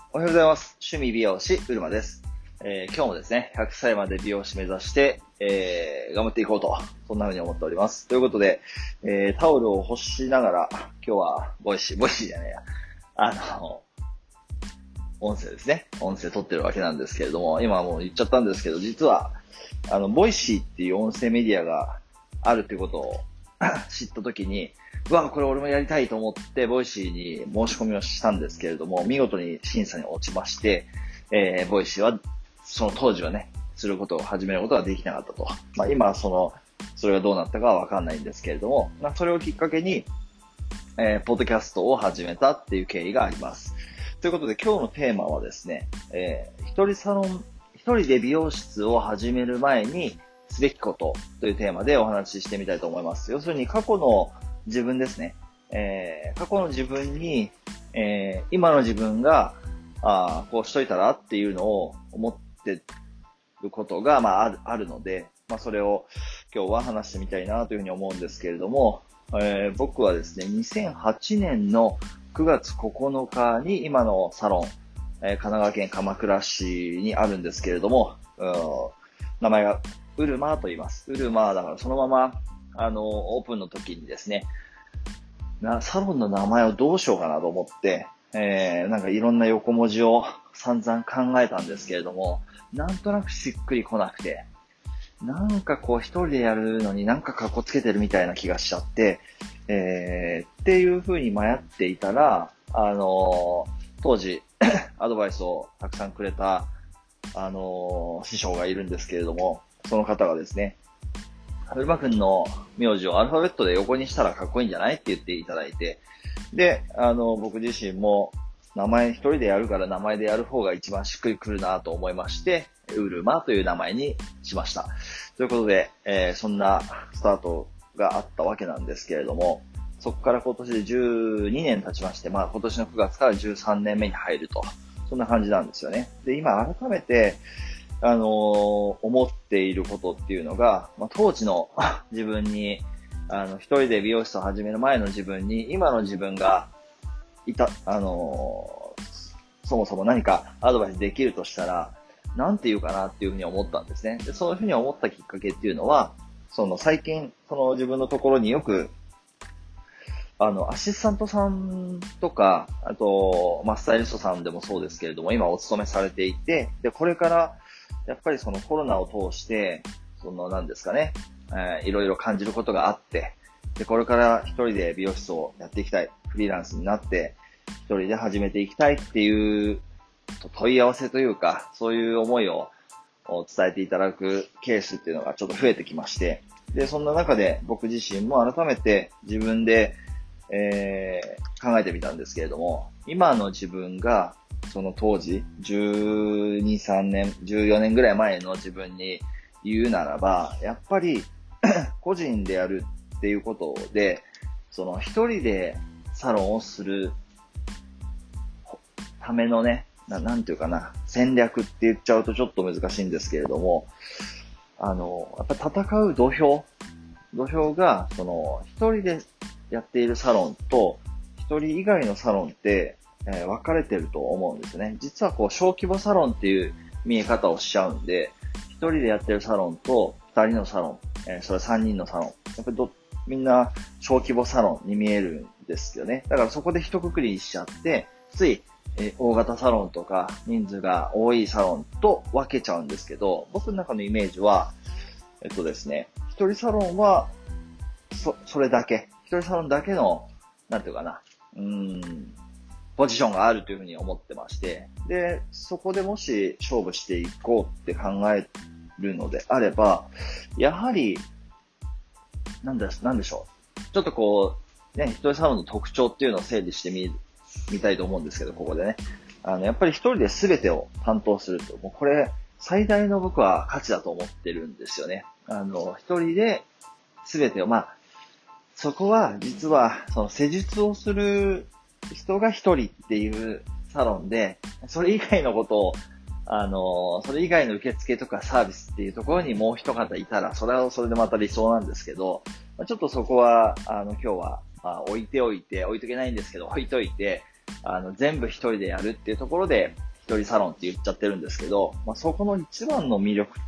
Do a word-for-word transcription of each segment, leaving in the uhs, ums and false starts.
おはようございます。趣味美容師、うるまです。えー、今日もですね、ひゃくさいまで美容師目指して、えー、頑張っていこうと、そんな風に思っております。ということで、えー、タオルを干しながら、今日は、ボイシー、ボイシーじゃねえや、あの、音声ですね。音声撮ってるわけなんですけれども、今はもう言っちゃったんですけど、実は、あの、ボイシーっていう音声メディアがあるということを知ったときに、うわ、これ俺もやりたいと思って、ボイシーに申し込みをしたんですけれども、見事に審査に落ちまして、えー、ボイシーは、その当時はね、することを始めることができなかったと。まあ今はその、それがどうなったかはわかんないんですけれども、まあそれをきっかけに、えー、ポッドキャストを始めたっていう経緯があります。ということで今日のテーマはですね、えー、一人サロン、一人で美容室を始める前にすべきことというテーマでお話ししてみたいと思います。要するに過去の自分ですね。えー、過去の自分に、えー、今の自分が、あこうしといたらっていうのを思ってることが、まあ、ある、あるので、まあ、それを今日は話してみたいなというふうに思うんですけれども、えー、僕はですね、にせんはちねんのくがつここのかに今のサロン、えー、神奈川県鎌倉市にあるんですけれども、名前がウルマーと言います。ウルマーだからそのまま、あの、オープンの時にですね、な、サロンの名前をどうしようかなと思って、えー、なんかいろんな横文字を散々考えたんですけれども、なんとなくしっくりこなくて、なんかこう一人でやるのになんか格好つけてるみたいな気がしちゃって、えー、っていう風に迷っていたら、あのー、当時アドバイスをたくさんくれた、あのー、師匠がいるんですけれども、その方がですね、うるまくんの名字をアルファベットで横にしたらかっこいいんじゃないって言っていただいて、で、あの、僕自身も名前一人でやるから名前でやる方が一番しっくりくるなと思いまして、ウルマという名前にしました。ということで、えー、そんなスタートがあったわけなんですけれども、そこから今年でじゅうにねん経ちまして、まあ今年のくがつからじゅうさんねんめに入ると、そんな感じなんですよね。で、今改めて、あのー、思っていることっていうのが、まあ、当時の自分に、あの、一人で美容室を始める前の自分に、今の自分がいた、あのー、そもそも何かアドバイスできるとしたら、なんて言うかなっていうふうに思ったんですね。で、そういうふうに思ったきっかけっていうのは、その最近、その自分のところによく、あの、アシスタントさんとか、あと、まあ、スタイリストさんでもそうですけれども、今お勤めされていて、で、これから、やっぱりそのコロナを通して、その何ですかね、えー、いろいろ感じることがあって、で、これから一人で美容室をやっていきたい、フリーランスになって、一人で始めていきたいっていう問い合わせというか、そういう思いを伝えていただくケースっていうのがちょっと増えてきまして、で、そんな中で僕自身も改めて自分で、えー、考えてみたんですけれども、今の自分がその当時、じゅうに、さんねん、じゅうよねんぐらい前の自分に言うならば、やっぱり個人でやるっていうことで、その一人でサロンをするためのね、ななんていうかな、戦略って言っちゃうとちょっと難しいんですけれども、あの、やっぱ戦う土俵、土俵が、その一人でやっているサロンと一人以外のサロンって、えー、分かれてると思うんですね。実はこう小規模サロンっていう見え方をしちゃうんで、一人でやってるサロンと二人のサロン、えー、それ三人のサロン、やっぱりどみんな小規模サロンに見えるんですよね。だからそこで一括りにしちゃって、つい、えー、大型サロンとか人数が多いサロンと分けちゃうんですけど、僕の中のイメージは、えっとですね、一人サロンはそそれだけ、一人サロンだけのなんていうかな、うーん。ポジションがあるというふうに思ってまして、で、そこでもし勝負していこうって考えるのであれば、やはり、なんで、なんでしょう。ちょっとこう、ね、一人サロンの特徴っていうのを整理してみ、みたいと思うんですけど、ここでね。あの、やっぱり一人で全てを担当すると、もうこれ、最大の僕は価値だと思ってるんですよね。あの、一人で全てを、まあ、そこは実は、その施術をする人が一人っていうサロンで、それ以外のことを、あの、それ以外の受付とかサービスっていうところにもう一方いたら、それはそれでまた理想なんですけど、ちょっとそこは、あの、今日は、まあ、置いておいて、置いとけないんですけど、置いといて、 あの、全部一人でやるっていうところで、一人サロンって言っちゃってるんですけど、まあ、そこの一番の魅力って、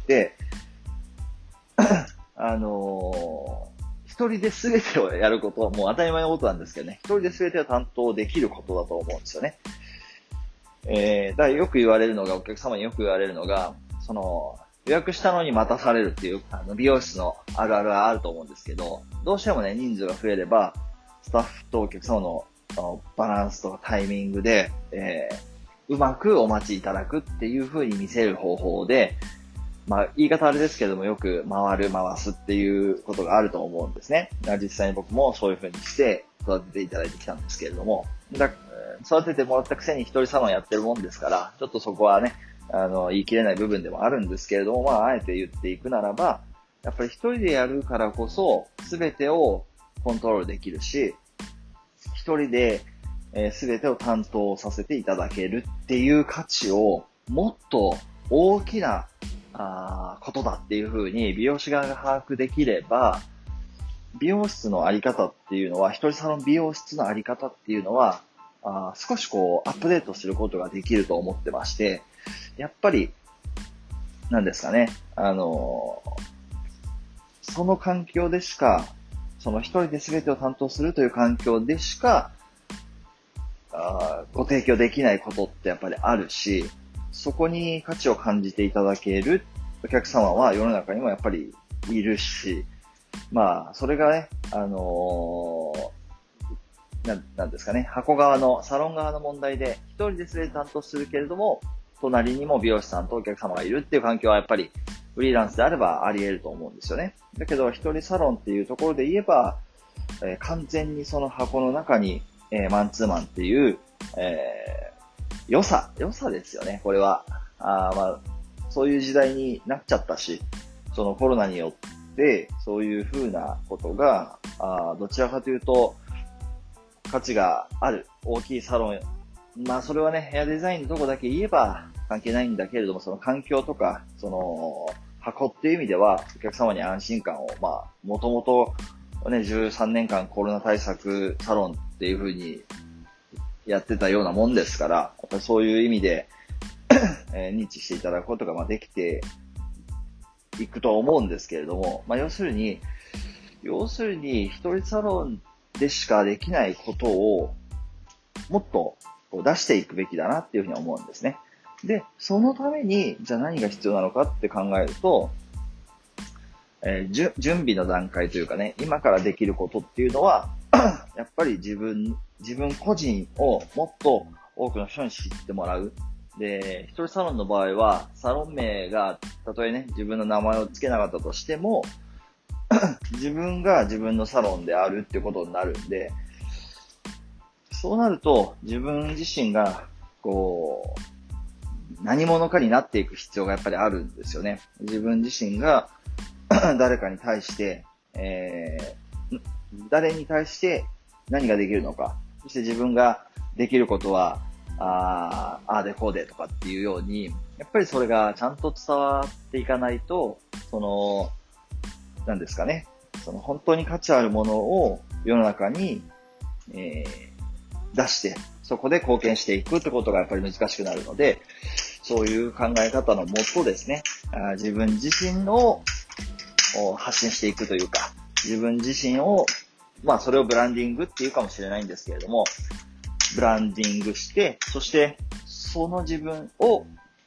あのー、一人で全てをやることはもう当たり前のことなんですけどね、一人で全てを担当できることだと思うんですよね。えー、だからよく言われるのが、お客様によく言われるのが、その、予約したのに待たされるっていう、あの、美容室のあるあるはあると思うんですけど、どうしてもね、人数が増えれば、スタッフとお客様のバランスとかタイミングで、えー、うまくお待ちいただくっていう風に見せる方法で、まあ、言い方あれですけども、よく回る、回すっていうことがあると思うんですね。実際に僕もそういう風にして育てていただいてきたんですけれども、だ育ててもらったくせに一人サロンやってるもんですから、ちょっとそこはね、あの、言い切れない部分でもあるんですけれども、まあ、あえて言っていくならば、やっぱり一人でやるからこそ、すべてをコントロールできるし、一人で、えー、全てを担当させていただけるっていう価値をもっと大きなあことだっていうふうに美容師側が把握できれば、美容室のあり方っていうのは、一人サロン美容室のあり方っていうのは、あ少しこうアップデートすることができると思ってまして、やっぱり、なんですかね、あのー、その環境でしか、その一人で全てを担当するという環境でしか、あご提供できないことってやっぱりあるし、そこに価値を感じていただけるお客様は世の中にもやっぱりいるし、まあ、それがね、あのー、な、なんですかね、箱側の、サロン側の問題で、一人で全て担当するけれども、隣にも美容師さんとお客様がいるっていう環境はやっぱりフリーランスであればあり得ると思うんですよね。だけど、一人サロンっていうところで言えば、えー、完全にその箱の中に、えー、マンツーマンっていう、えー、良さ、良さですよね、これは。あまあ、そういう時代になっちゃったし、そのコロナによって、そういう風なことが、あどちらかというと、価値がある大きいサロン、まあそれはね、ヘアデザインのとこだけ言えば関係ないんだけれども、その環境とか、その箱っていう意味では、お客様に安心感を、まあ、もともとね、じゅうさんねんかんコロナ対策サロンっていう風にやってたようなもんですから、やっぱりそういう意味で、えー、認知していただくことがまあできていくと思うんですけれども、まあ要するに、要するに一人サロンでしかできないことをもっと出していくべきだなっていうふうに思うんですね。で、そのために、じゃあ何が必要なのかって考えると、えー、準備の段階というかね、今からできることっていうのは、やっぱり自分、自分個人をもっと多くの人に知ってもらう。で、一人サロンの場合は、サロン名が、たとえね、自分の名前を付けなかったとしても、自分が自分のサロンであるっていうことになるんで、そうなると自分自身がこう何者かになっていく必要がやっぱりあるんですよね。自分自身が誰かに対して、えー、誰に対して何ができるのか、そして自分ができることはあー、あーでこうでとかっていうように、やっぱりそれがちゃんと伝わっていかないと、そのなんですかね、その本当に価値あるものを世の中に、えー、出して、そこで貢献していくってことがやっぱり難しくなるので、そういう考え方のもとですね、あ自分自身を発信していくというか、自分自身を、まあそれをブランディングっていうかもしれないんですけれども、ブランディングして、そしてその自分を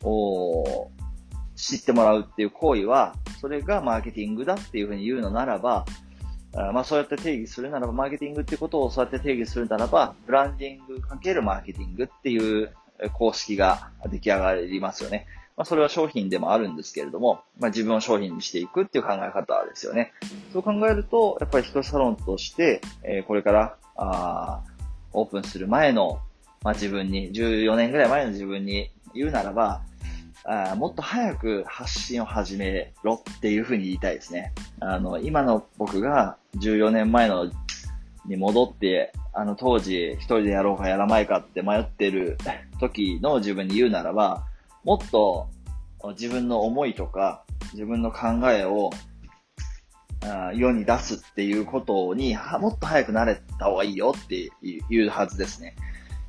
知ってもらうっていう行為は、それがマーケティングだっていうふうに言うのならば、あまあそうやって定義するならば、マーケティングっていうことをそうやって定義するならば、ブランディングかけるマーケティングっていう公式が出来上がりますよね。まあそれは商品でもあるんですけれども、まあ自分を商品にしていくっていう考え方ですよね。そう考えると、やっぱり一人サロンとして、えー、これからあオープンする前の、まあ自分に、じゅうよねんぐらい前の自分に言うならば、あもっと早く発信を始めろっていうふうに言いたいですね。あの、今の僕がじゅうよねんまえのに戻って、あの当時一人でやろうかやらないかって迷ってる時の自分に言うならば、もっと自分の思いとか自分の考えをあ世に出すっていうことにもっと早くなれた方がいいよっていうはずですね。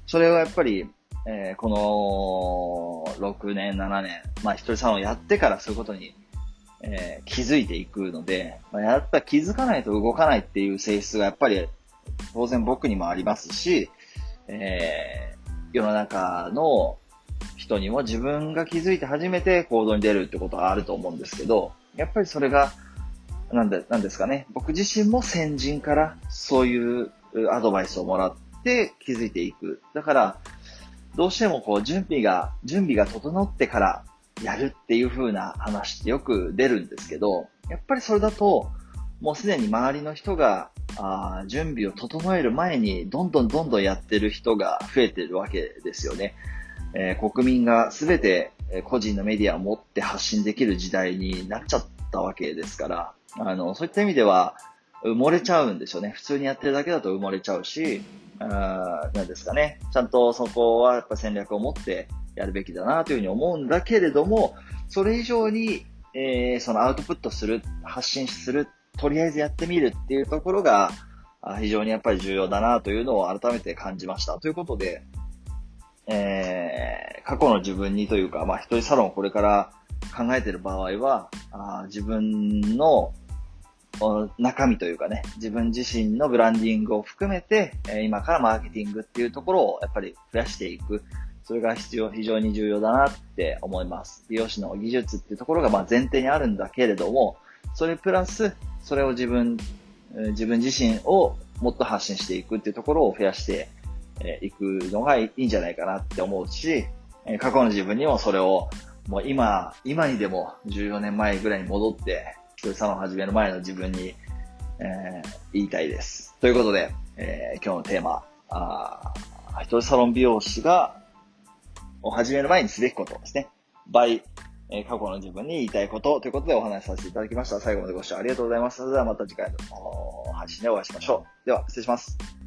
それはやっぱり、えー、このろくねん、ななねん、まあ一人サロンやってからそういうことに、えー、気づいていくので、まあ、やっぱ気づかないと動かないっていう性質がやっぱり当然僕にもありますし、えー、世の中の人にも自分が気づいて初めて行動に出るってことがあると思うんですけど、やっぱりそれが、なんで、なんですかね。僕自身も先人からそういうアドバイスをもらって気づいていく。だから、どうしてもこう準備が、準備が整ってからやるっていう風な話ってよく出るんですけど、やっぱりそれだと、もうすでに周りの人があ準備を整える前にどんどんどんどんやってる人が増えてるわけですよね。えー、国民がすべて個人のメディアを持って発信できる時代になっちゃったわけですから、あの、そういった意味では埋もれちゃうんですよね。普通にやってるだけだと埋もれちゃうし、あなんですかね。ちゃんとそこはやっぱ戦略を持ってやるべきだなというふうに思うんだけれども、それ以上に、えー、そのアウトプットする、発信する、とりあえずやってみるっていうところが非常にやっぱり重要だなというのを改めて感じました。ということで、えー、過去の自分にというか、まあ一人サロンをこれから考えている場合は、あ自分の中身というかね、自分自身のブランディングを含めて、今からマーケティングっていうところをやっぱり増やしていく。それが必要、非常に重要だなって思います。美容師の技術っていうところがまあ前提にあるんだけれども、それプラス、それを自分、自分自身をもっと発信していくっていうところを増やしていくのがいいんじゃないかなって思うし、過去の自分にもそれをもう今、今にでもじゅうよねんまえぐらいに戻って、一人サロンを始める前の自分に、えー、言いたいです。ということで、えー、今日のテーマ、あ一人サロン美容師がを始める前にすべきことですね。by、えー、過去の自分に言いたいことということでお話しさせていただきました。最後までご視聴ありがとうございます。それではまた次回の配信でお会いしましょう。では、失礼します。